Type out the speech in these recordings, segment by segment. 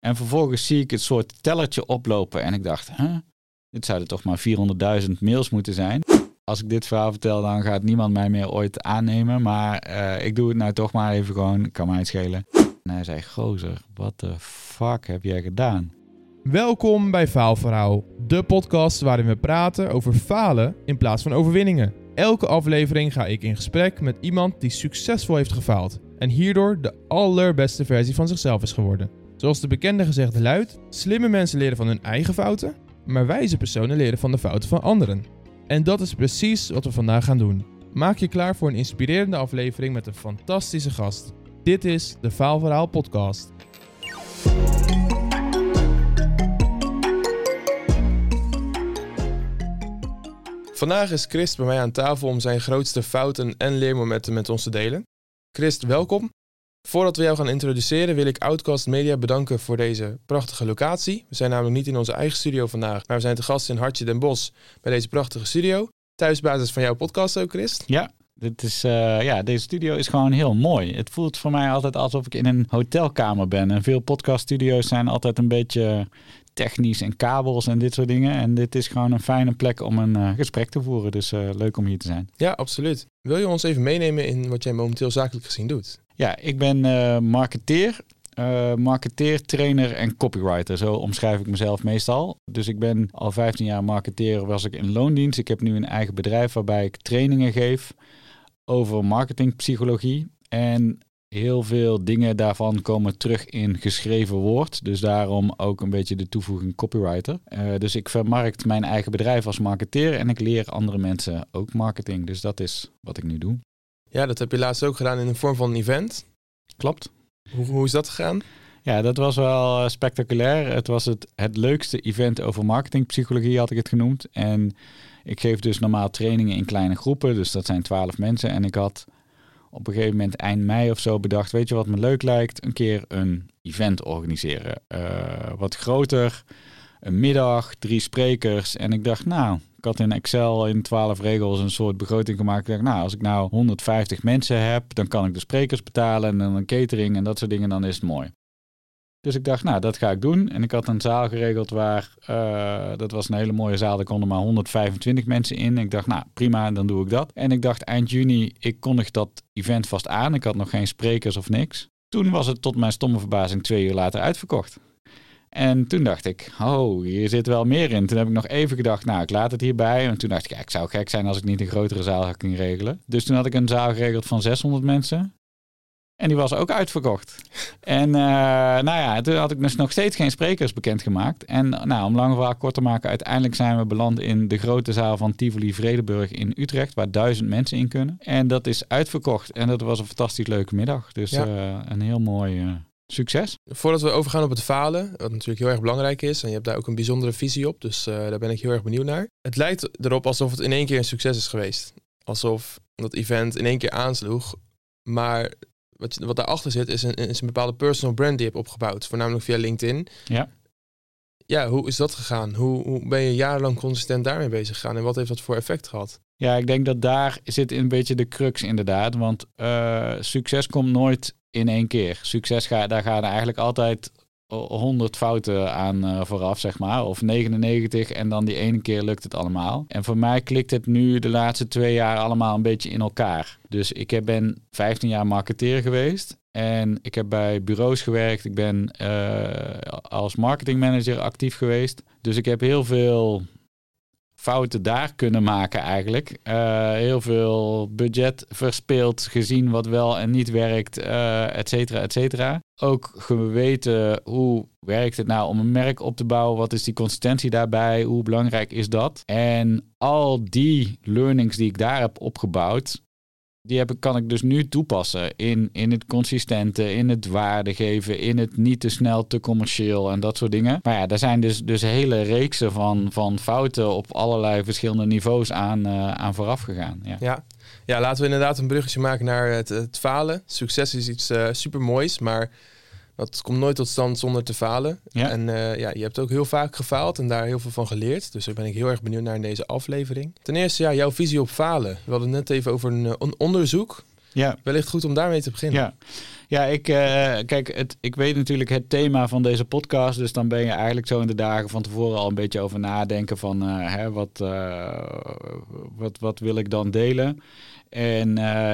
En vervolgens zie ik het soort tellertje oplopen. En ik dacht, dit zouden toch maar 400.000 mails moeten zijn. Als ik dit verhaal vertel, dan gaat niemand mij meer ooit aannemen. Maar ik doe het nou toch maar even gewoon. Kan mij het schelen. En hij zei, gozer, wat de fuck heb jij gedaan? Welkom bij Faalverhaal, de podcast waarin we praten over falen in plaats van overwinningen. Elke aflevering ga ik in gesprek met iemand die succesvol heeft gefaald en hierdoor de allerbeste versie van zichzelf is geworden. Zoals de bekende gezegde luidt, slimme mensen leren van hun eigen fouten, maar wijze personen leren van de fouten van anderen. En dat is precies wat we vandaag gaan doen. Maak je klaar voor een inspirerende aflevering met een fantastische gast. Dit is de Faalverhaal podcast. Vandaag is Christ bij mij aan tafel om zijn grootste fouten en leermomenten met ons te delen. Christ, welkom. Voordat we jou gaan introduceren wil ik Outcast Media bedanken voor deze prachtige locatie. We zijn namelijk niet in onze eigen studio vandaag, maar we zijn te gast in Hartje Den Bosch bij deze prachtige studio. Thuisbasis van jouw podcast ook, Christ. Ja, deze studio is gewoon heel mooi. Het voelt voor mij altijd alsof ik in een hotelkamer ben. En veel podcaststudio's zijn altijd een beetje technisch en kabels en dit soort dingen. En dit is gewoon een fijne plek om een gesprek te voeren. Dus leuk om hier te zijn. Ja, absoluut. Wil je ons even meenemen in wat jij momenteel zakelijk gezien doet? Ja, ik ben marketeer, trainer en copywriter. Zo omschrijf ik mezelf meestal. Dus ik ben al 15 jaar marketeer, was ik in loondienst. Ik heb nu een eigen bedrijf waarbij ik trainingen geef over marketingpsychologie. En heel veel dingen daarvan komen terug in geschreven woord. Dus daarom ook een beetje de toevoeging copywriter. Dus ik vermarkt mijn eigen bedrijf als marketeer en ik leer andere mensen ook marketing. Dus dat is wat ik nu doe. Ja, dat heb je laatst ook gedaan in de vorm van een event. Klopt. Hoe is dat gegaan? Ja, dat was wel spectaculair. Het was het leukste event over marketingpsychologie, had ik het genoemd. En ik geef dus normaal trainingen in kleine groepen. Dus dat zijn 12 mensen. En ik had op een gegeven moment eind mei of zo bedacht, weet je wat me leuk lijkt? Een keer een event organiseren. Wat groter, een middag, 3 sprekers. En ik dacht, ik had in Excel in 12 regels een soort begroting gemaakt. Ik dacht, als ik nou 150 mensen heb, dan kan ik de sprekers betalen en dan een catering en dat soort dingen, dan is het mooi. Dus ik dacht, dat ga ik doen. En ik had een zaal geregeld waar, dat was een hele mooie zaal, daar konden maar 125 mensen in. Ik dacht, prima, dan doe ik dat. En ik dacht eind juni, ik kondig dat event vast aan. Ik had nog geen sprekers of niks. Toen was het tot mijn stomme verbazing 2 uur later uitverkocht. En toen dacht ik, hier zit wel meer in. Toen heb ik nog even gedacht, ik laat het hierbij. En toen dacht ik, ik zou gek zijn als ik niet een grotere zaal ga kunnen regelen. Dus toen had ik een zaal geregeld van 600 mensen. En die was ook uitverkocht. En toen had ik dus nog steeds geen sprekers bekendgemaakt. En om lang verhaal kort te maken, uiteindelijk zijn we beland in de grote zaal van Tivoli Vredenburg in Utrecht, waar 1000 mensen in kunnen. En dat is uitverkocht. En dat was een fantastisch leuke middag. Dus een heel mooi succes. Voordat we overgaan op het falen, wat natuurlijk heel erg belangrijk is, en je hebt daar ook een bijzondere visie op, dus daar ben ik heel erg benieuwd naar. Het lijkt erop alsof het in één keer een succes is geweest. Alsof dat event in één keer aansloeg, maar wat daarachter zit is een bepaalde personal brand die je hebt opgebouwd, voornamelijk via LinkedIn. Ja. Ja, hoe is dat gegaan? Hoe ben je jarenlang consistent daarmee bezig gegaan en wat heeft dat voor effect gehad? Ja, ik denk dat daar zit een beetje de crux inderdaad, want succes komt nooit in één keer. Succes daar gaan eigenlijk altijd 100 fouten aan vooraf, zeg maar. Of 99 en dan die ene keer lukt het allemaal. En voor mij klikt het nu de laatste 2 jaar allemaal een beetje in elkaar. Dus ik ben 15 jaar marketeer geweest. En ik heb bij bureaus gewerkt. Ik ben als marketingmanager actief geweest. Dus ik heb heel veel fouten daar kunnen maken eigenlijk. Heel veel budget verspeeld, gezien wat wel en niet werkt, et cetera, et cetera. Ook geweten hoe werkt het nou om een merk op te bouwen? Wat is die consistentie daarbij? Hoe belangrijk is dat? En al die learnings die ik daar heb opgebouwd, kan ik dus nu toepassen in het consistente, in het waarde geven, in het niet te snel, te commercieel en dat soort dingen. Maar ja, daar zijn dus hele reeksen van fouten op allerlei verschillende niveaus aan vooraf gegaan. Ja, laten we inderdaad een bruggetje maken naar het falen. Succes is iets supermoois, maar dat komt nooit tot stand zonder te falen. Ja. En je hebt ook heel vaak gefaald en daar heel veel van geleerd. Dus daar ben ik heel erg benieuwd naar in deze aflevering. Ten eerste, jouw visie op falen. We hadden het net even over een onderzoek. Ja. Wellicht goed om daarmee te beginnen. Ja, ik weet natuurlijk het thema van deze podcast. Dus dan ben je eigenlijk zo in de dagen van tevoren al een beetje over nadenken van wat wil ik dan delen? En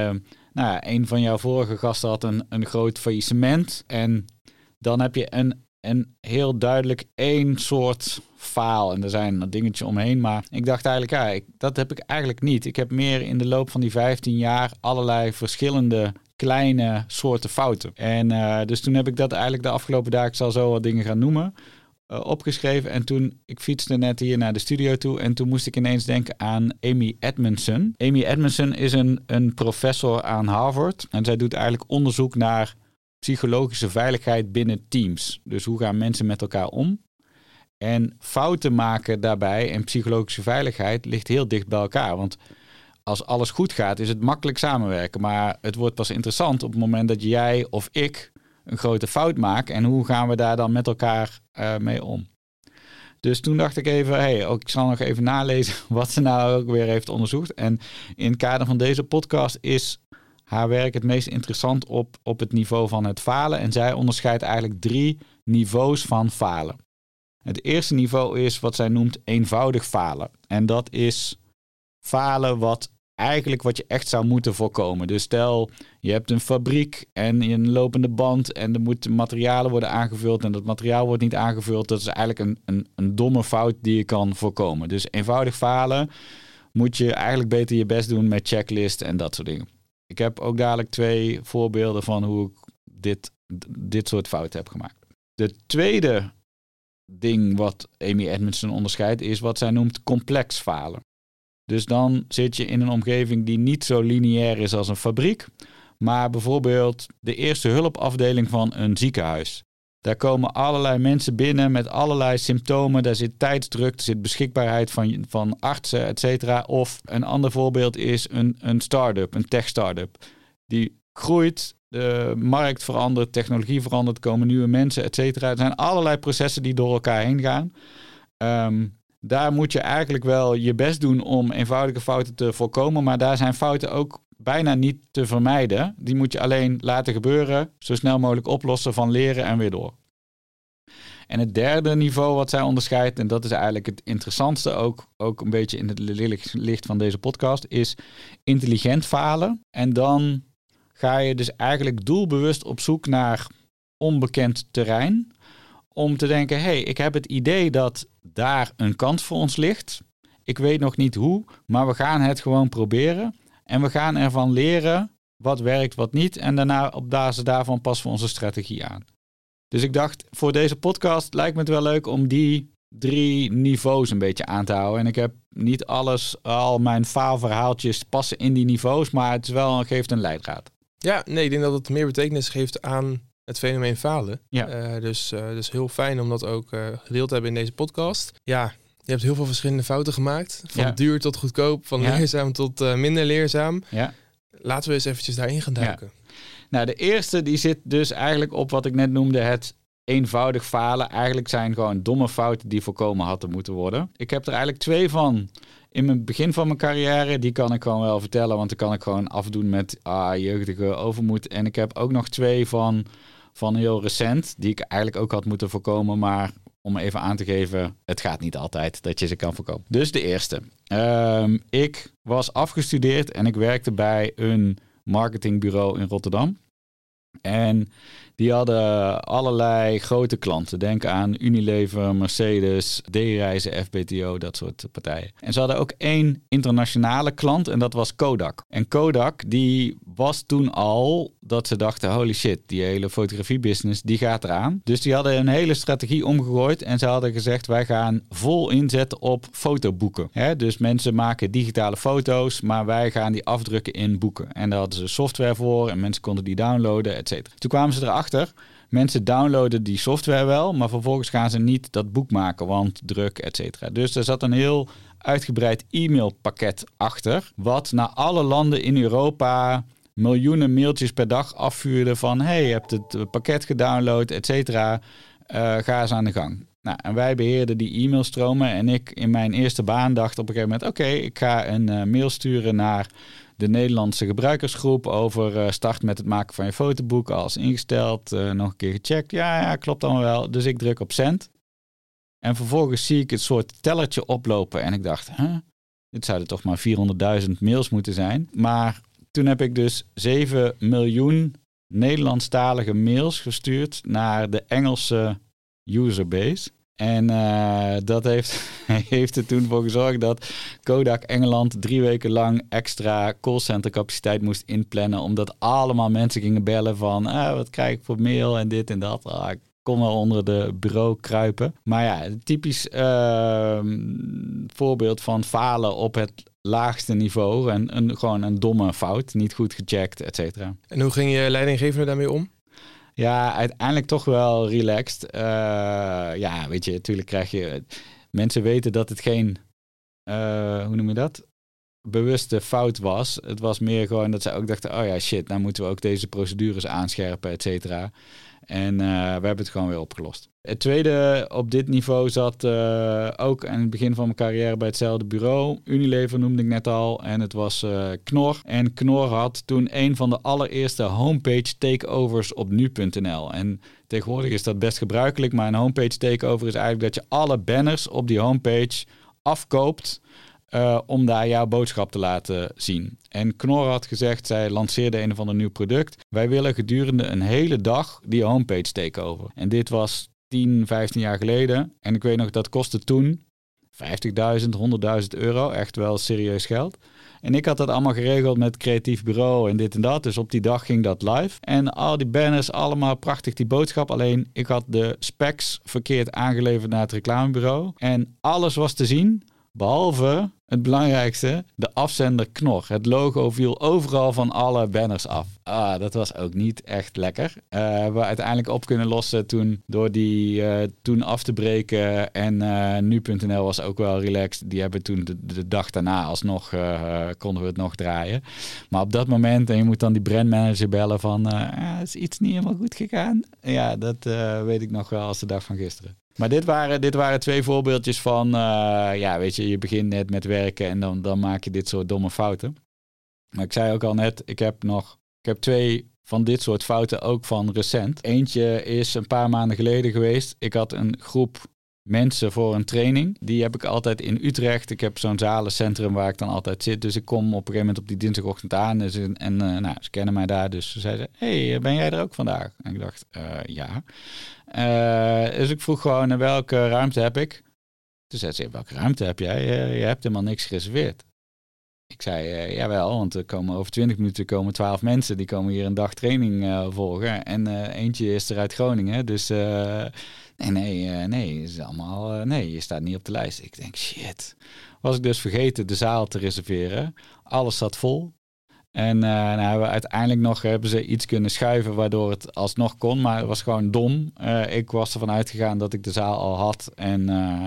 een van jouw vorige gasten had een groot faillissement. En dan heb je een heel duidelijk één soort faal. En er zijn een dingetje omheen. Maar ik dacht eigenlijk, dat heb ik eigenlijk niet. Ik heb meer in de loop van die 15 jaar allerlei verschillende kleine soorten fouten. En dus toen heb ik dat eigenlijk de afgelopen dagen, ik zal zo wat dingen gaan noemen, opgeschreven. En toen, ik fietste net hier naar de studio toe en toen moest ik ineens denken aan Amy Edmondson. Amy Edmondson is een professor aan Harvard. En zij doet eigenlijk onderzoek naar psychologische veiligheid binnen teams. Dus hoe gaan mensen met elkaar om? En fouten maken daarbij en psychologische veiligheid ligt heel dicht bij elkaar. Want als alles goed gaat, is het makkelijk samenwerken. Maar het wordt pas interessant op het moment dat jij of ik een grote fout maakt. En hoe gaan we daar dan met elkaar mee om? Dus toen dacht ik even, ik zal nog even nalezen wat ze nou ook weer heeft onderzocht. En in het kader van deze podcast is haar werk het meest interessant op het niveau van het falen. En zij onderscheidt eigenlijk 3 niveaus van falen. Het eerste niveau is wat zij noemt eenvoudig falen. En dat is falen wat je echt zou moeten voorkomen. Dus stel, je hebt een fabriek en een lopende band en er moeten materialen worden aangevuld en dat materiaal wordt niet aangevuld. Dat is eigenlijk een domme fout die je kan voorkomen. Dus eenvoudig falen moet je eigenlijk beter je best doen met checklist en dat soort dingen. Ik heb ook dadelijk 2 voorbeelden van hoe ik dit soort fouten heb gemaakt. De tweede ding wat Amy Edmondson onderscheidt is wat zij noemt complex falen. Dus dan zit je in een omgeving die niet zo lineair is als een fabriek, maar bijvoorbeeld de eerste hulpafdeling van een ziekenhuis. Daar komen allerlei mensen binnen met allerlei symptomen. Daar zit tijdsdruk, er zit beschikbaarheid van artsen, et cetera. Of een ander voorbeeld is een start-up, een tech-start-up. Die groeit, de markt verandert, technologie verandert, komen nieuwe mensen, et cetera. Er zijn allerlei processen die door elkaar heen gaan. Daar moet je eigenlijk wel je best doen om eenvoudige fouten te voorkomen. Maar daar zijn fouten ook bijna niet te vermijden. Die moet je alleen laten gebeuren, zo snel mogelijk oplossen, van leren en weer door. En het derde niveau wat zij onderscheidt, en dat is eigenlijk het interessantste, ook een beetje in het licht van deze podcast, is intelligent falen. En dan ga je dus eigenlijk doelbewust op zoek naar onbekend terrein. Om te denken, ik heb het idee dat daar een kans voor ons ligt. Ik weet nog niet hoe, maar we gaan het gewoon proberen. En we gaan ervan leren wat werkt, wat niet. En daarna op basis daarvan passen we onze strategie aan. Dus ik dacht, voor deze podcast lijkt me het wel leuk om die 3 niveaus een beetje aan te houden. En ik heb niet al mijn faalverhaaltjes passen in die niveaus, maar het geeft een leidraad. Ja, nee, ik denk dat het meer betekenis geeft aan het fenomeen falen. Ja. Dus heel fijn om dat ook gedeeld te hebben in deze podcast. Ja, je hebt heel veel verschillende fouten gemaakt. Van duur tot goedkoop, van leerzaam tot minder leerzaam. Ja. Laten we eens eventjes daarin gaan duiken. Ja. Nou, de eerste die zit dus eigenlijk op wat ik net noemde het eenvoudig falen. Eigenlijk zijn gewoon domme fouten die voorkomen hadden moeten worden. Ik heb er eigenlijk 2 van in het begin van mijn carrière. Die kan ik gewoon wel vertellen, want dan kan ik gewoon afdoen met jeugdige overmoed. En ik heb ook nog 2 van heel recent, die ik eigenlijk ook had moeten voorkomen, maar om even aan te geven, het gaat niet altijd dat je ze kan voorkomen. Dus de eerste. Ik was afgestudeerd en ik werkte bij een marketingbureau in Rotterdam. En die hadden allerlei grote klanten. Denk aan Unilever, Mercedes, D-Reizen, FBTO, dat soort partijen. En ze hadden ook 1 internationale klant en dat was Kodak. En Kodak die was toen al dat ze dachten, holy shit, die hele fotografiebusiness die gaat eraan. Dus die hadden een hele strategie omgegooid en ze hadden gezegd, wij gaan vol inzetten op fotoboeken. Dus mensen maken digitale foto's, maar wij gaan die afdrukken in boeken. En daar hadden ze software voor en mensen konden die downloaden, et cetera. Toen kwamen ze erachter, mensen downloaden die software wel, maar vervolgens gaan ze niet dat boek maken, want druk, et cetera. Dus er zat een heel uitgebreid e-mailpakket achter, wat naar alle landen in Europa miljoenen mailtjes per dag afvuurde van, je hebt het pakket gedownload, et cetera. Ga eens aan de gang. Nou, en wij beheerden die e-mailstromen en ik in mijn eerste baan dacht op een gegeven moment, ik ga een mail sturen naar de Nederlandse gebruikersgroep over start met het maken van je fotoboek. Alles ingesteld, nog een keer gecheckt. Ja, klopt allemaal wel. Dus ik druk op send. En vervolgens zie ik het soort tellertje oplopen. En ik dacht, dit zouden toch maar 400.000 mails moeten zijn. Maar toen heb ik dus 7 miljoen Nederlandstalige mails gestuurd naar de Engelse userbase. En dat heeft er toen voor gezorgd dat Kodak Engeland 3 weken lang extra callcenter capaciteit moest inplannen. Omdat allemaal mensen gingen bellen van wat krijg ik voor mail en dit en dat. Ik kon wel onder de bureau kruipen. Maar ja, typisch voorbeeld van falen op het laagste niveau. En gewoon een domme fout, niet goed gecheckt, et cetera. En hoe ging je leidinggevende daarmee om? Ja, uiteindelijk toch wel relaxed. Weet je, natuurlijk krijg je... Mensen weten dat het geen... hoe noem je dat? Bewuste fout was. Het was meer gewoon dat ze ook dachten... oh ja, shit, nou moeten we ook deze procedures aanscherpen, et cetera. En we hebben het gewoon weer opgelost. Het tweede op dit niveau zat ook aan het begin van mijn carrière bij hetzelfde bureau. Unilever noemde ik net al. En het was Knorr. En Knorr had toen een van de allereerste homepage takeovers op nu.nl. En tegenwoordig is dat best gebruikelijk. Maar een homepage takeover is eigenlijk dat je alle banners op die homepage afkoopt... om daar jouw boodschap te laten zien. En Knorr had gezegd, zij lanceerde een of ander nieuw product. Wij willen gedurende een hele dag die homepage takeover. En dit was 10, 15 jaar geleden. En ik weet nog, dat kostte toen 50.000, 100.000 euro. Echt wel serieus geld. En ik had dat allemaal geregeld met creatief bureau en dit en dat. Dus op die dag ging dat live. En al die banners, allemaal prachtig die boodschap. Alleen ik had de specs verkeerd aangeleverd naar het reclamebureau. En alles was te zien... behalve het belangrijkste, de afzender Knorr. Het logo viel overal van alle banners af. Dat was ook niet echt lekker. We uiteindelijk op kunnen lossen toen door die toen af te breken. En nu.nl was ook wel relaxed. Die hebben toen de dag daarna alsnog konden we het nog draaien. Maar op dat moment, en je moet dan die brandmanager bellen van... is iets niet helemaal goed gegaan? Ja, dat weet ik nog wel als de dag van gisteren. Maar dit waren 2 voorbeeldjes van, weet je begint net met werken en dan maak je dit soort domme fouten. Maar ik zei ook al net, ik heb 2 van dit soort fouten ook van recent. Eentje is een paar maanden geleden geweest. Ik had een groep mensen voor een training. Die heb ik altijd in Utrecht. Ik heb zo'n zalencentrum waar ik dan altijd zit. Dus ik kom op een gegeven moment op die dinsdagochtend aan. En ze kennen mij daar. Dus ze zeiden, hey, ben jij er ook vandaag? En ik dacht, ja. Dus ik vroeg gewoon, welke ruimte heb ik? Toen zei ze, welke ruimte heb jij? Je hebt helemaal niks gereserveerd. Ik zei, jawel, want er komen over 20 minuten 12 mensen. Die komen hier een dag training volgen. En eentje is er uit Groningen. Dus nee, is allemaal, nee, je staat niet op de lijst. Ik denk, shit. Was ik dus vergeten de zaal te reserveren. Alles zat vol. En uiteindelijk hebben ze iets kunnen schuiven waardoor het alsnog kon. Maar het was gewoon dom. Ik was ervan uitgegaan dat ik de zaal al had. En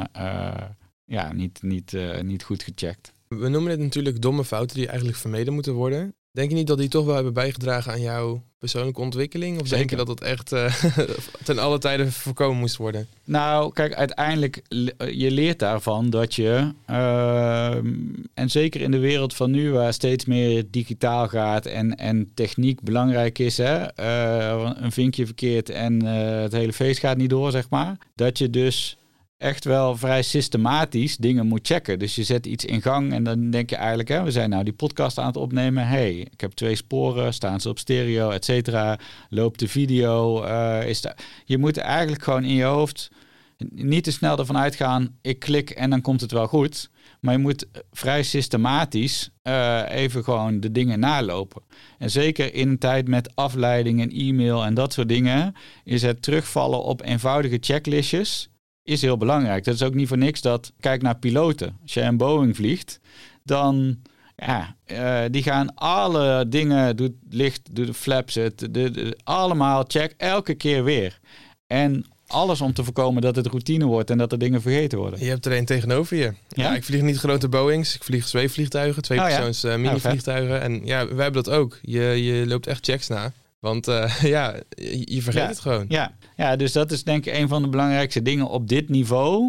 niet goed gecheckt. We noemen dit natuurlijk domme fouten die eigenlijk vermeden moeten worden. Denk je niet dat die toch wel hebben bijgedragen aan jouw persoonlijke ontwikkeling? Of Zeker. Denk je dat dat echt ten alle tijden voorkomen moest worden? Nou, kijk, uiteindelijk, je leert daarvan dat je... en zeker in de wereld van nu, waar steeds meer digitaal gaat en techniek belangrijk is, een vinkje verkeerd en het hele feest gaat niet door, zeg maar. Dat je dus echt wel vrij systematisch dingen moet checken. Dus je zet iets in gang en dan denk je eigenlijk, we zijn nou die podcast aan het opnemen. Hey, ik heb 2 sporen, staan ze op stereo, et cetera. Loopt de video? Je moet eigenlijk gewoon in je hoofd niet te snel ervan uitgaan, ik klik en dan komt het wel goed. Maar je moet vrij systematisch even gewoon de dingen nalopen. En zeker in een tijd met afleiding en e-mail en dat soort dingen, is het terugvallen op eenvoudige checklistjes is heel belangrijk. Dat is ook niet voor niks dat, kijk naar piloten. Als je een Boeing vliegt, dan die gaan alle dingen, doe het licht, doe de flaps, allemaal check, elke keer weer. En alles om te voorkomen dat het routine wordt en dat er dingen vergeten worden. Je hebt er een tegenover je. Ja, ik vlieg niet grote Boeings. Ik vlieg 2 vliegtuigen, 2 persoons mini-vliegtuigen. En ja, wij hebben dat ook. Je loopt echt checks na. Want je vergeet het gewoon. Ja, dus dat is denk ik een van de belangrijkste dingen op dit niveau.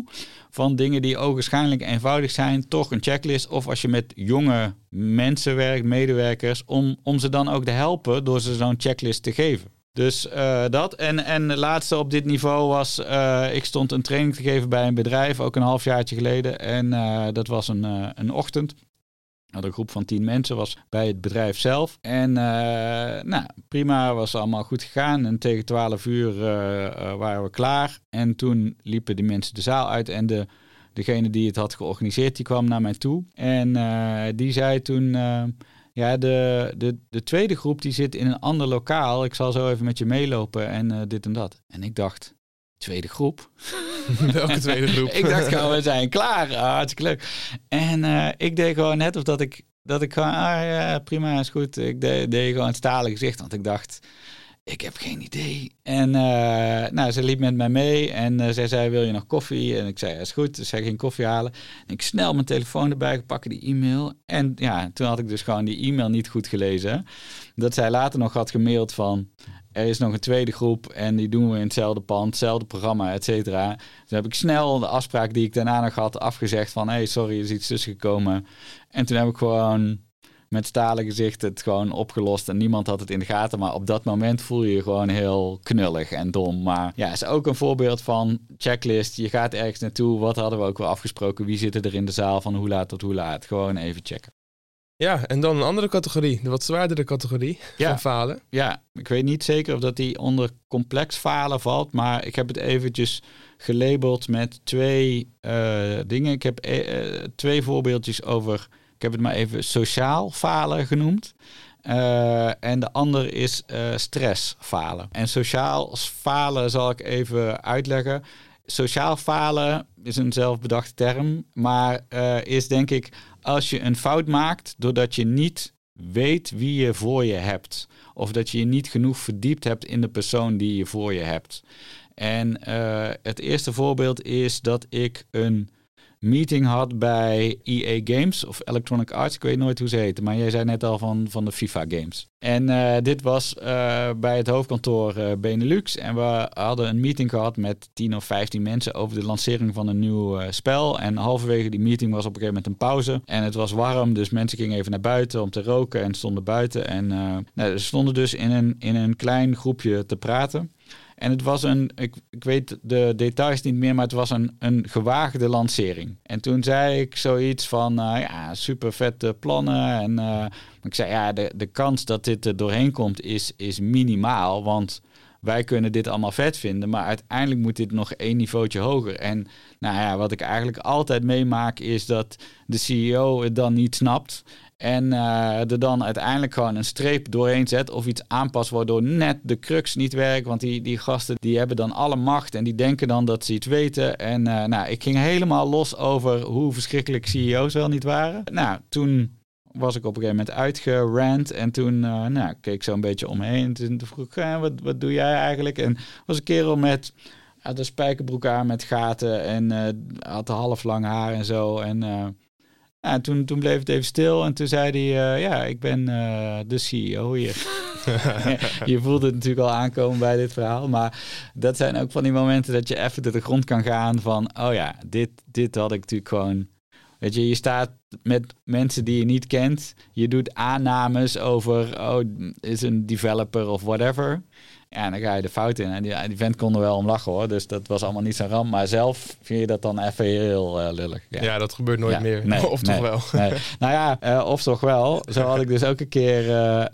van dingen die ogenschijnlijk eenvoudig zijn, toch een checklist. Of als je met jonge mensen werkt, medewerkers, om ze dan ook te helpen door ze zo'n checklist te geven. Dus dat. En de laatste op dit niveau was, ik stond een training te geven bij een bedrijf, ook een halfjaartje geleden. En dat was een ochtend. Had een groep van 10 mensen, was bij het bedrijf zelf. En prima, was allemaal goed gegaan. En tegen 12 uur waren we klaar. En toen liepen die mensen de zaal uit. En degene die het had georganiseerd, die kwam naar mij toe. En die zei toen, de tweede groep die zit in een ander lokaal. Ik zal zo even met je meelopen en dit en dat. En ik dacht, tweede groep? Welke tweede groep? Ik dacht gewoon, we zijn klaar. Hartstikke leuk. En ik deed gewoon net of dat ik gewoon, prima, is goed. Ik deed gewoon het stalen gezicht, want ik dacht, ik heb geen idee. En ze liep met mij mee en zij zei, wil je nog koffie? En ik zei, is goed. Dus zij ging koffie halen. En ik snel mijn telefoon erbij gepakt, die e-mail. En ja, toen had ik dus gewoon die e-mail niet goed gelezen. Dat zij later nog had gemaild van, er is nog een tweede groep en die doen we in hetzelfde pand, hetzelfde programma, et cetera. Dus heb ik snel de afspraak die ik daarna nog had afgezegd van, hey, sorry, er is iets tussengekomen. En toen heb ik gewoon met stalen gezicht het gewoon opgelost en niemand had het in de gaten. Maar op dat moment voel je je gewoon heel knullig en dom. Maar ja, is ook een voorbeeld van checklist. Je gaat ergens naartoe, wat hadden we ook wel afgesproken? Wie zitten er in de zaal van hoe laat tot hoe laat? Gewoon even checken. Ja, en dan een andere categorie, de wat zwaardere categorie van falen. Ja, ik weet niet zeker of dat die onder complex falen valt, maar ik heb het eventjes gelabeld met 2 dingen. Ik heb 2 voorbeeldjes over, ik heb het maar even sociaal falen genoemd. En de ander is stressfalen. En sociaal falen zal ik even uitleggen. Sociaal falen is een zelfbedachte term, maar is denk ik als je een fout maakt doordat je niet weet wie je voor je hebt. Of dat je je niet genoeg verdiept hebt in de persoon die je voor je hebt. En het eerste voorbeeld is dat ik een meeting had bij EA Games of Electronic Arts. Ik weet nooit hoe ze heten, maar jij zei net al van de FIFA games. En dit was bij het hoofdkantoor Benelux. En we hadden een meeting gehad met 10 of 15 mensen over de lancering van een nieuw spel. En halverwege die meeting was op een gegeven moment een pauze. En het was warm, dus mensen gingen even naar buiten om te roken en stonden buiten. En ze stonden dus in een klein groepje te praten. En het was ik weet de details niet meer, maar het was een gewaagde lancering. En toen zei ik zoiets van, super vette plannen. En ik zei, de kans dat dit er doorheen komt is minimaal. Want wij kunnen dit allemaal vet vinden, maar uiteindelijk moet dit nog 1 niveautje hoger. En wat ik eigenlijk altijd meemaak is dat de CEO het dan niet snapt. En er dan uiteindelijk gewoon een streep doorheen zet of iets aanpast waardoor net de crux niet werkt. Want die gasten die hebben dan alle macht en die denken dan dat ze iets weten. En ik ging helemaal los over hoe verschrikkelijk CEO's wel niet waren. Toen was ik op een gegeven moment uitgerant en toen keek ik zo een beetje omheen. En toen vroeg ik, wat doe jij eigenlijk? En was een kerel met de spijkerbroek aan met gaten en had half lang haar en zo. En toen bleef het even stil en toen zei hij, ik ben de CEO hier. Je voelt het natuurlijk al aankomen bij dit verhaal, maar dat zijn ook van die momenten dat je even door de grond kan gaan van, dit had ik natuurlijk gewoon. Weet je staat met mensen die je niet kent, je doet aannames over, is een developer of whatever. Ja, en dan ga je de fout in. En die vent kon er wel om lachen hoor. Dus dat was allemaal niet zo'n ramp. Maar zelf vind je dat dan even heel lullig. Ja, dat gebeurt nooit meer. Nee, of toch wel? Nee. Of toch wel. Zo had ik dus ook een keer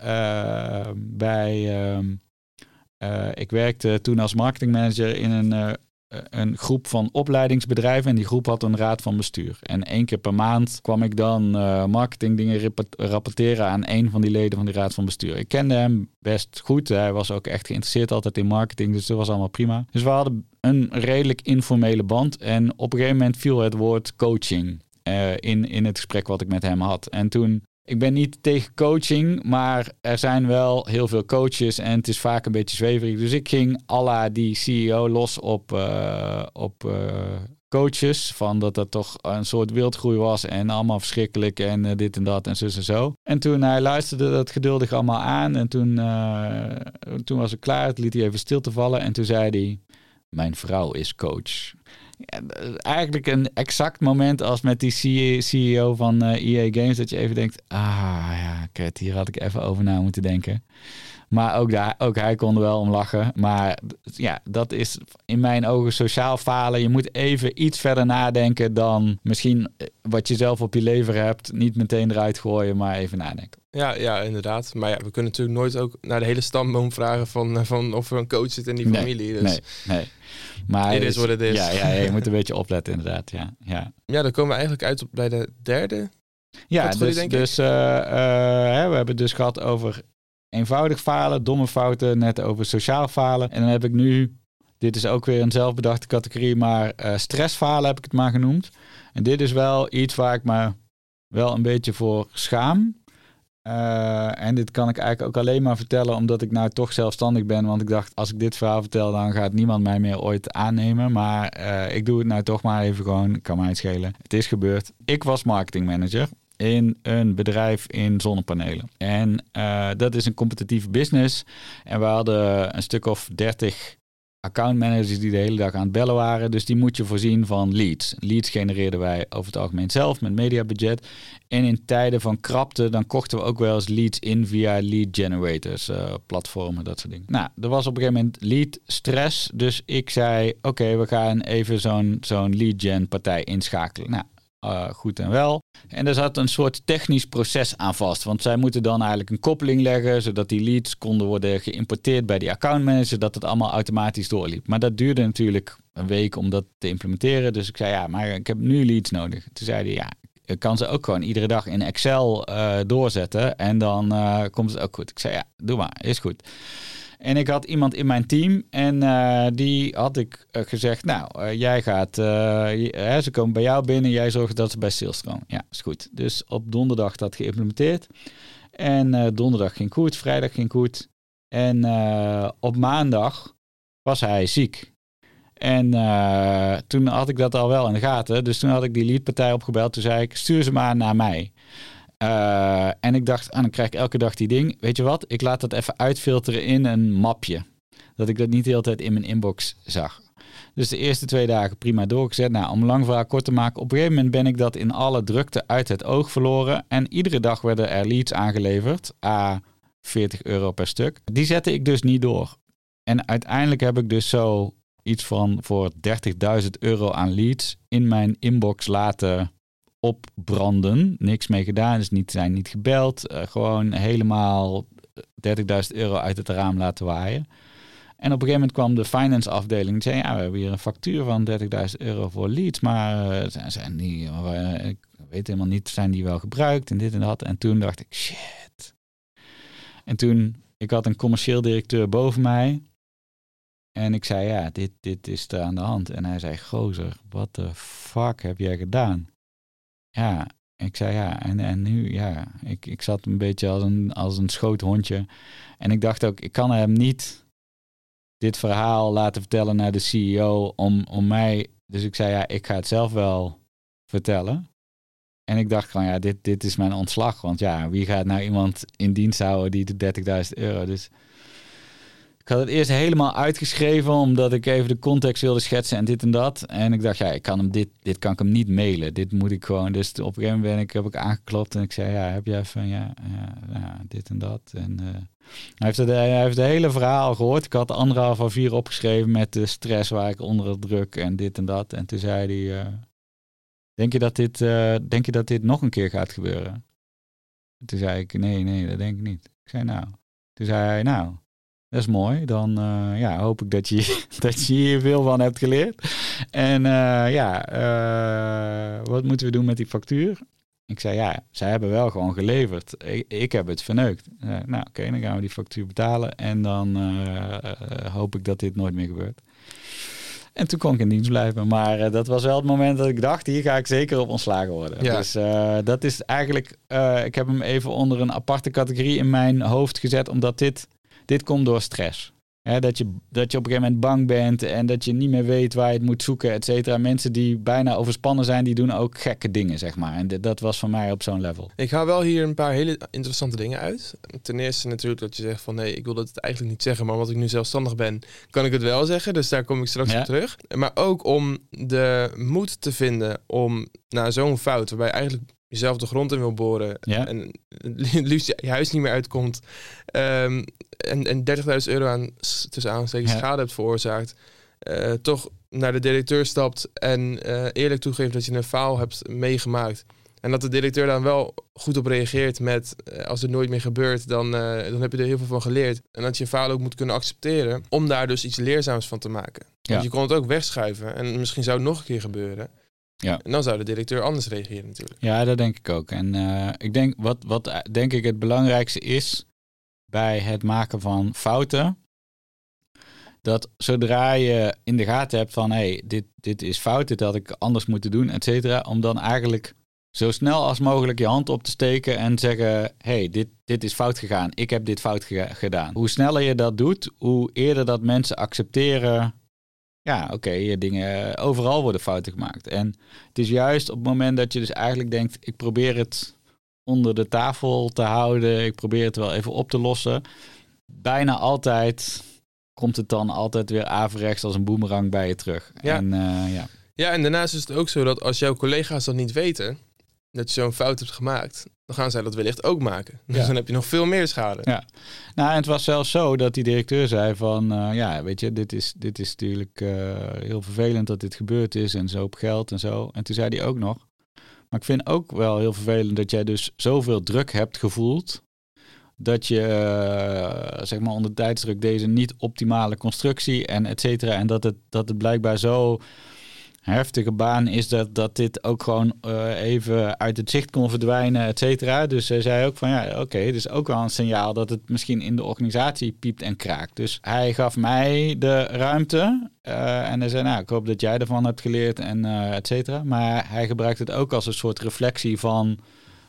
ik werkte toen als marketingmanager in een groep van opleidingsbedrijven en die groep had een raad van bestuur. En 1 keer per maand kwam ik dan marketingdingen rapporteren aan 1 van die leden van die raad van bestuur. Ik kende hem best goed. Hij was ook echt geïnteresseerd altijd in marketing, dus dat was allemaal prima. Dus we hadden een redelijk informele band en op een gegeven moment viel het woord coaching in het gesprek wat ik met hem had. En toen, ik ben niet tegen coaching, maar er zijn wel heel veel coaches en het is vaak een beetje zweverig. Dus ik ging à la die CEO los op coaches, van dat toch een soort wildgroei was en allemaal verschrikkelijk en dit en dat en zo en zo. En toen hij luisterde dat geduldig allemaal aan en toen was het klaar, het liet hij even stil te vallen en toen zei hij, mijn vrouw is coach. Ja, eigenlijk een exact moment als met die CEO van EA Games, dat je even denkt, kut, hier had ik even over na moeten denken. Maar ook hij kon er wel om lachen. Maar ja, dat is in mijn ogen sociaal falen. Je moet even iets verder nadenken dan misschien wat je zelf op je lever hebt. Niet meteen eruit gooien, maar even nadenken. Ja, inderdaad. Maar ja, we kunnen natuurlijk nooit ook naar de hele stamboom vragen van of er een coach zit in die familie. Dus. Nee. Maar het is wat het is. Ja, je moet een beetje opletten inderdaad. Ja, dan komen we eigenlijk uit bij de derde. Ja, dus we hebben het dus gehad over eenvoudig falen, domme fouten, net over sociaal falen. En dan heb ik nu, dit is ook weer een zelfbedachte categorie, maar stressfalen heb ik het maar genoemd. En dit is wel iets waar ik me wel een beetje voor schaam. En dit kan ik eigenlijk ook alleen maar vertellen omdat ik nou toch zelfstandig ben. Want ik dacht, als ik dit verhaal vertel, dan gaat niemand mij meer ooit aannemen. Maar ik doe het nou toch maar even gewoon, kan mij het schelen. Het is gebeurd. Ik was marketingmanager in een bedrijf in zonnepanelen. En dat is een competitieve business. En we hadden een stuk of 30 accountmanagers die de hele dag aan het bellen waren. Dus die moet je voorzien van leads. Leads genereerden wij over het algemeen zelf met mediabudget. En in tijden van krapte, dan kochten we ook wel eens leads in via lead generators, platformen, dat soort dingen. Nou, er was op een gegeven moment lead stress. Dus ik zei, oké, we gaan even zo'n lead gen partij inschakelen. Nou, goed en wel. En er zat een soort technisch proces aan vast. Want zij moeten dan eigenlijk een koppeling leggen, zodat die leads konden worden geïmporteerd bij die accountmanager, dat het allemaal automatisch doorliep. Maar dat duurde natuurlijk een week om dat te implementeren. Dus ik zei, ja, maar ik heb nu leads nodig. Toen zei hij, ja, ik kan ze ook gewoon iedere dag in Excel doorzetten en dan komt het ook goed. Ik zei, ja, doe maar, is goed. En ik had iemand in mijn team en die had ik gezegd, nou, jij gaat, ze komen bij jou binnen, jij zorgt dat ze bij sales stromen. Ja, is goed. Dus op donderdag dat geïmplementeerd. En donderdag ging goed, vrijdag ging goed. En op maandag was hij ziek. En toen had ik dat al wel in de gaten. Dus toen had ik die leadpartij opgebeld. Toen zei ik, stuur ze maar naar mij. En ik dacht, dan krijg ik elke dag die ding. Weet je wat? Ik laat dat even uitfilteren in een mapje. Dat ik dat niet de hele tijd in mijn inbox zag. Dus de eerste 2 dagen prima doorgezet. Nou, om lang verhaal kort te maken. Op een gegeven moment ben ik dat in alle drukte uit het oog verloren. En iedere dag werden er leads aangeleverd. €40 per stuk. Die zette ik dus niet door. En uiteindelijk heb ik dus zo iets van voor €30.000 aan leads in mijn inbox laten opbranden. Niks mee gedaan, dus zijn niet gebeld. Gewoon helemaal €30.000 uit het raam laten waaien. En op een gegeven moment kwam de finance afdeling. Die zei, ja, we hebben hier een factuur van €30.000 voor leads. Maar zijn die, ik weet helemaal niet, zijn die wel gebruikt en dit en dat. En toen dacht ik, shit. En toen, ik had een commercieel directeur boven mij. En ik zei, ja, dit is er aan de hand. En hij zei, gozer, what the fuck heb jij gedaan? Ja, ik zei ja, en nu, ja, ik zat een beetje als een schoothondje. En ik dacht ook, ik kan hem niet dit verhaal laten vertellen naar de CEO om mij. Dus ik zei, ja, ik ga het zelf wel vertellen. En ik dacht gewoon, ja, dit is mijn ontslag. Want ja, wie gaat nou iemand in dienst houden die de €30.000... Dus ik had het eerst helemaal uitgeschreven, omdat ik even de context wilde schetsen en dit en dat. En ik dacht, ja, ik kan hem dit kan ik hem niet mailen. Dit moet ik gewoon. Dus op een gegeven moment heb ik aangeklopt en ik zei, ja, heb jij even, ja, dit en dat. En hij heeft het hele verhaal gehoord. Ik had 3,5 A4 opgeschreven met de stress waar ik onder druk en dit en dat. En toen zei hij, denk je dat dit nog een keer gaat gebeuren? Toen zei ik, nee, dat denk ik niet. Ik zei, nou. Toen zei hij, nou, dat is mooi. Dan hoop ik dat je hier veel van hebt geleerd. En wat moeten we doen met die factuur? Ik zei, ja, zij hebben wel gewoon geleverd. Ik heb het verneukt. Nou, oké, dan gaan we die factuur betalen. En dan hoop ik dat dit nooit meer gebeurt. En toen kon ik in dienst blijven. Maar dat was wel het moment dat ik dacht, hier ga ik zeker op ontslagen worden. Ja. Dus dat is eigenlijk, ik heb hem even onder een aparte categorie in mijn hoofd gezet, omdat dit komt door stress. Dat je op een gegeven moment bang bent en dat je niet meer weet waar je het moet zoeken, et cetera. Mensen die bijna overspannen zijn, die doen ook gekke dingen, zeg maar. En dat was voor mij op zo'n level. Ik haal wel hier een paar hele interessante dingen uit. Ten eerste natuurlijk dat je zegt van nee, ik wil dat het eigenlijk niet zeggen, maar omdat ik nu zelfstandig ben, kan ik het wel zeggen. Dus daar kom ik straks op terug. Maar ook om de moed te vinden om na zo'n fout, waarbij je eigenlijk jezelf de grond in wil boren en het liefst je huis niet meer uitkomt en €30.000 aan tussen aanstekens schade hebt veroorzaakt, toch naar de directeur stapt en eerlijk toegeeft dat je een faal hebt meegemaakt. En dat de directeur dan wel goed op reageert met als het nooit meer gebeurt, dan heb je er heel veel van geleerd. En dat je een faal ook moet kunnen accepteren om daar dus iets leerzaams van te maken. Want je kon het ook wegschuiven en misschien zou het nog een keer gebeuren. Ja. En dan zou de directeur anders reageren natuurlijk. Ja, dat denk ik ook. En ik denk wat denk ik het belangrijkste is bij het maken van fouten, dat zodra je in de gaten hebt van dit is fout, dit had ik anders moeten doen, et cetera, om dan eigenlijk zo snel als mogelijk je hand op te steken en zeggen, dit is fout gegaan, ik heb dit fout gedaan. Hoe sneller je dat doet, hoe eerder dat mensen accepteren, dingen, overal worden fouten gemaakt. En het is juist op het moment dat je dus eigenlijk denkt, ik probeer het onder de tafel te houden, ik probeer het wel even op te lossen. Bijna altijd komt het dan altijd weer averechts als een boemerang bij je terug. Ja. En daarnaast is het ook zo dat als jouw collega's dat niet weten, dat je zo'n fout hebt gemaakt, dan gaan zij dat wellicht ook maken. Dus dan heb je nog veel meer schade. Ja. Nou, en het was zelfs zo dat die directeur zei van, weet je, dit is natuurlijk heel vervelend dat dit gebeurd is en zo op geld en zo. En toen zei hij ook nog, maar ik vind ook wel heel vervelend dat jij dus zoveel druk hebt gevoeld, dat je, zeg maar onder tijdsdruk deze niet optimale constructie en et cetera, en dat het blijkbaar zo heftige baan is dat dit ook gewoon even uit het zicht kon verdwijnen, et cetera. Dus hij zei ook van het is ook wel een signaal dat het misschien in de organisatie piept en kraakt. Dus hij gaf mij de ruimte en hij zei, ik hoop dat jij ervan hebt geleerd en et cetera. Maar hij gebruikt het ook als een soort reflectie van,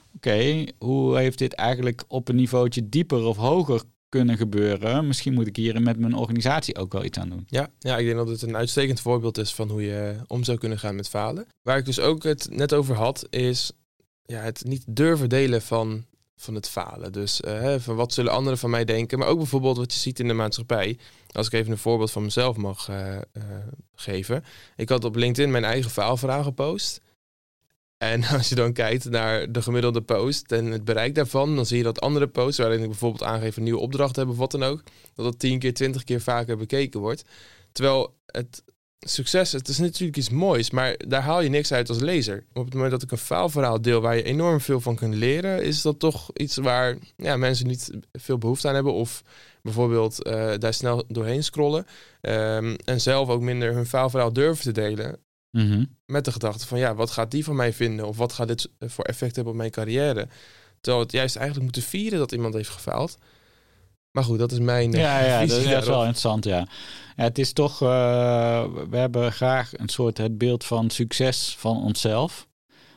hoe heeft dit eigenlijk op een niveautje dieper of hoger kunnen gebeuren? Misschien moet ik hier met mijn organisatie ook wel iets aan doen. Ja, ik denk dat het een uitstekend voorbeeld is van hoe je om zou kunnen gaan met falen. Waar ik dus ook het net over had, is het niet durven delen van het falen. Dus van wat zullen anderen van mij denken, maar ook bijvoorbeeld wat je ziet in de maatschappij. Als ik even een voorbeeld van mezelf mag geven. Ik had op LinkedIn mijn eigen faalverhaal gepost. En als je dan kijkt naar de gemiddelde post en het bereik daarvan, dan zie je dat andere posts, waarin ik bijvoorbeeld aangeef een nieuwe opdracht hebben of wat dan ook, dat dat 10 keer, 20 keer vaker bekeken wordt. Terwijl het succes, het is natuurlijk iets moois, maar daar haal je niks uit als lezer. Op het moment dat ik een faalverhaal deel waar je enorm veel van kunt leren, is dat toch iets waar mensen niet veel behoefte aan hebben of bijvoorbeeld daar snel doorheen scrollen en zelf ook minder hun faalverhaal durven te delen. Mm-hmm. Met de gedachte van wat gaat die van mij vinden? Of wat gaat dit voor effect hebben op mijn carrière? Terwijl we het juist eigenlijk moeten vieren dat iemand heeft gefaald. Maar goed, dat is mijn visie. Dat is daarop. wel interessant, ja. Het is toch, we hebben graag een soort het beeld van succes van onszelf.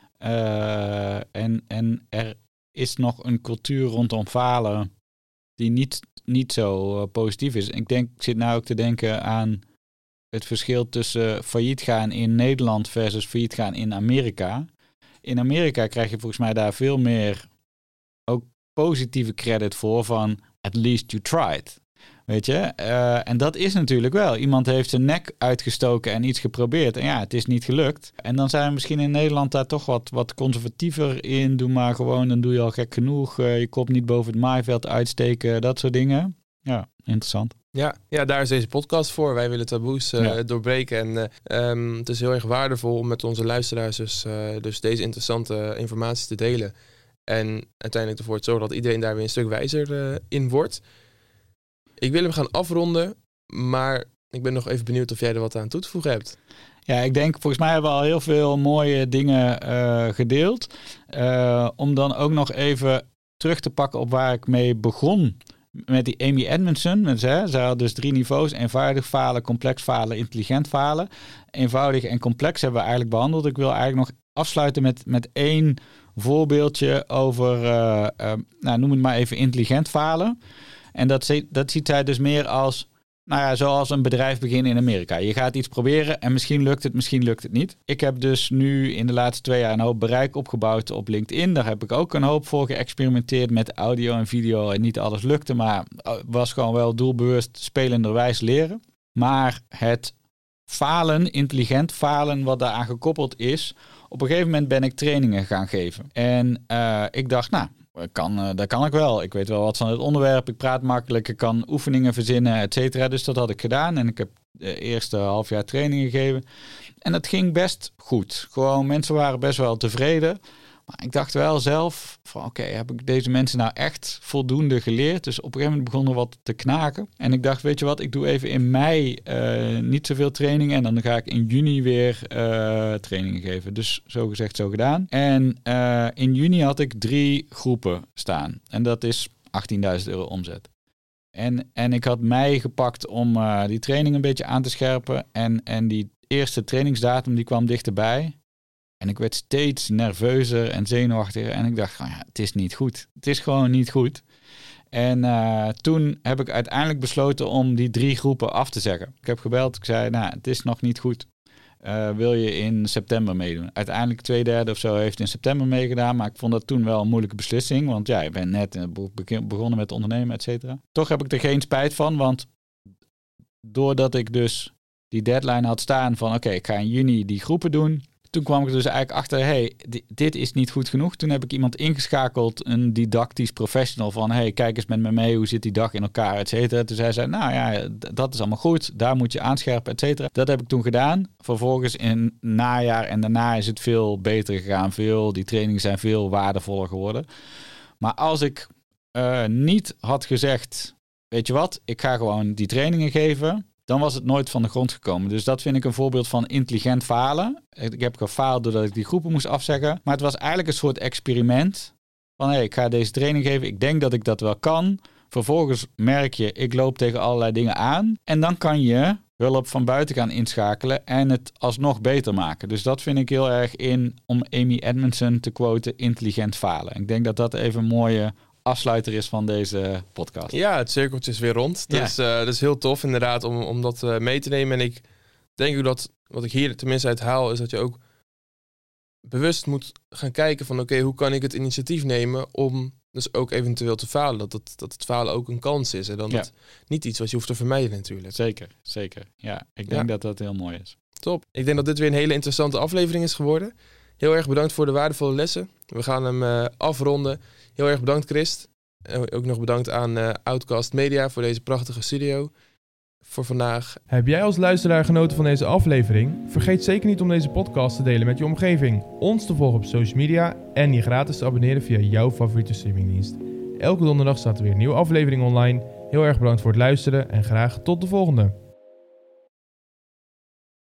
En er is nog een cultuur rondom falen die niet zo positief is. Ik zit nou ook te denken aan het verschil tussen failliet gaan in Nederland versus failliet gaan in Amerika. In Amerika krijg je volgens mij daar veel meer ook positieve credit voor van at least you tried. Weet je? En dat is natuurlijk wel. Iemand heeft zijn nek uitgestoken en iets geprobeerd. En het is niet gelukt. En dan zijn we misschien in Nederland daar toch wat conservatiever in. Doe maar gewoon, dan doe je al gek genoeg. Je kop niet boven het maaiveld uitsteken. Dat soort dingen. Ja, interessant. Ja, daar is deze podcast voor. Wij willen taboes doorbreken. En het is heel erg waardevol om met onze luisteraars dus deze interessante informatie te delen. En uiteindelijk ervoor te zorgen dat iedereen daar weer een stuk wijzer in wordt. Ik wil hem gaan afronden, maar ik ben nog even benieuwd of jij er wat aan toe te voegen hebt. Ja, ik denk, volgens mij hebben we al heel veel mooie dingen gedeeld. Om dan ook nog even terug te pakken op waar ik mee begon. Met die Amy Edmondson. Zij had dus 3 niveaus. Eenvoudig falen, complex falen, intelligent falen. Eenvoudig en complex hebben we eigenlijk behandeld. Ik wil eigenlijk nog afsluiten met 1 voorbeeldje over, noem het maar even intelligent falen. En dat ziet zij dus meer als nou ja, zoals een bedrijf beginnen in Amerika. Je gaat iets proberen en misschien lukt het niet. Ik heb dus nu in de laatste 2 jaar een hoop bereik opgebouwd op LinkedIn. Daar heb ik ook een hoop voor geëxperimenteerd met audio en video. En niet alles lukte, maar was gewoon wel doelbewust spelenderwijs leren. Maar het falen, intelligent falen, wat daaraan gekoppeld is. Op een gegeven moment ben ik trainingen gaan geven. En ik dacht, nou, dat kan ik wel. Ik weet wel wat van het onderwerp. Ik praat makkelijk. Ik kan oefeningen verzinnen, et cetera. Dus dat had ik gedaan. En ik heb de eerste half jaar trainingen gegeven. En dat ging best goed. Gewoon, mensen waren best wel tevreden. Maar ik dacht wel zelf van oké, heb ik deze mensen nou echt voldoende geleerd? Dus op een gegeven moment begon er wat te knaken. En ik dacht, weet je wat, ik doe even in mei niet zoveel trainingen. En dan ga ik in juni weer trainingen geven. Dus zo gezegd, zo gedaan. En in juni had ik 3 groepen staan. En dat is €18.000 omzet. En ik had mei gepakt om die training een beetje aan te scherpen. En die eerste trainingsdatum die kwam dichterbij. En ik werd steeds nerveuzer en zenuwachtiger. En ik dacht, ja, het is niet goed. Het is gewoon niet goed. En toen heb ik uiteindelijk besloten om die 3 groepen af te zeggen. Ik heb gebeld, ik zei, nou, het is nog niet goed. Wil je in september meedoen? Uiteindelijk 2/3 of zo heeft in september meegedaan. Maar ik vond dat toen wel een moeilijke beslissing. Want ja, ik ben net begonnen met ondernemen, et cetera. Toch heb ik er geen spijt van. Want doordat ik dus die deadline had staan van oké, ik ga in juni die groepen doen. Toen kwam ik dus eigenlijk achter, hey, dit is niet goed genoeg. Toen heb ik iemand ingeschakeld, een didactisch professional van, hey, kijk eens met me mee, hoe zit die dag in elkaar, et cetera. Toen zei zij, nou ja, dat is allemaal goed, daar moet je aanscherpen, et cetera. Dat heb ik toen gedaan. Vervolgens in het najaar en daarna is het veel beter gegaan. Die trainingen zijn veel waardevoller geworden. Maar als ik niet had gezegd, weet je wat, ik ga gewoon die trainingen geven, dan was het nooit van de grond gekomen. Dus dat vind ik een voorbeeld van intelligent falen. Ik heb gefaald doordat ik die groepen moest afzeggen. Maar het was eigenlijk een soort experiment. Van hey, ik ga deze training geven. Ik denk dat ik dat wel kan. Vervolgens merk je, ik loop tegen allerlei dingen aan. En dan kan je hulp van buiten gaan inschakelen en het alsnog beter maken. Dus dat vind ik heel erg om Amy Edmondson te quoten, intelligent falen. Ik denk dat dat even een mooie afsluiter is van deze podcast. Ja, het cirkeltje is weer rond. Dus dat is heel tof inderdaad om dat mee te nemen. En ik denk ook dat, wat ik hier tenminste uit haal, is dat je ook bewust moet gaan kijken van oké, hoe kan ik het initiatief nemen om dus ook eventueel te falen. Dat het falen ook een kans is. En dan het niet iets wat je hoeft te vermijden natuurlijk. Zeker. Ja, ik denk dat dat heel mooi is. Top. Ik denk dat dit weer een hele interessante aflevering is geworden. Heel erg bedankt voor de waardevolle lessen. We gaan hem afronden. Heel erg bedankt, Christ. Ook nog bedankt aan Outcast Media voor deze prachtige studio. Voor vandaag. Heb jij als luisteraar genoten van deze aflevering? Vergeet zeker niet om deze podcast te delen met je omgeving, ons te volgen op social media en je gratis te abonneren via jouw favoriete streamingdienst. Elke donderdag staat er weer een nieuwe aflevering online. Heel erg bedankt voor het luisteren en graag tot de volgende.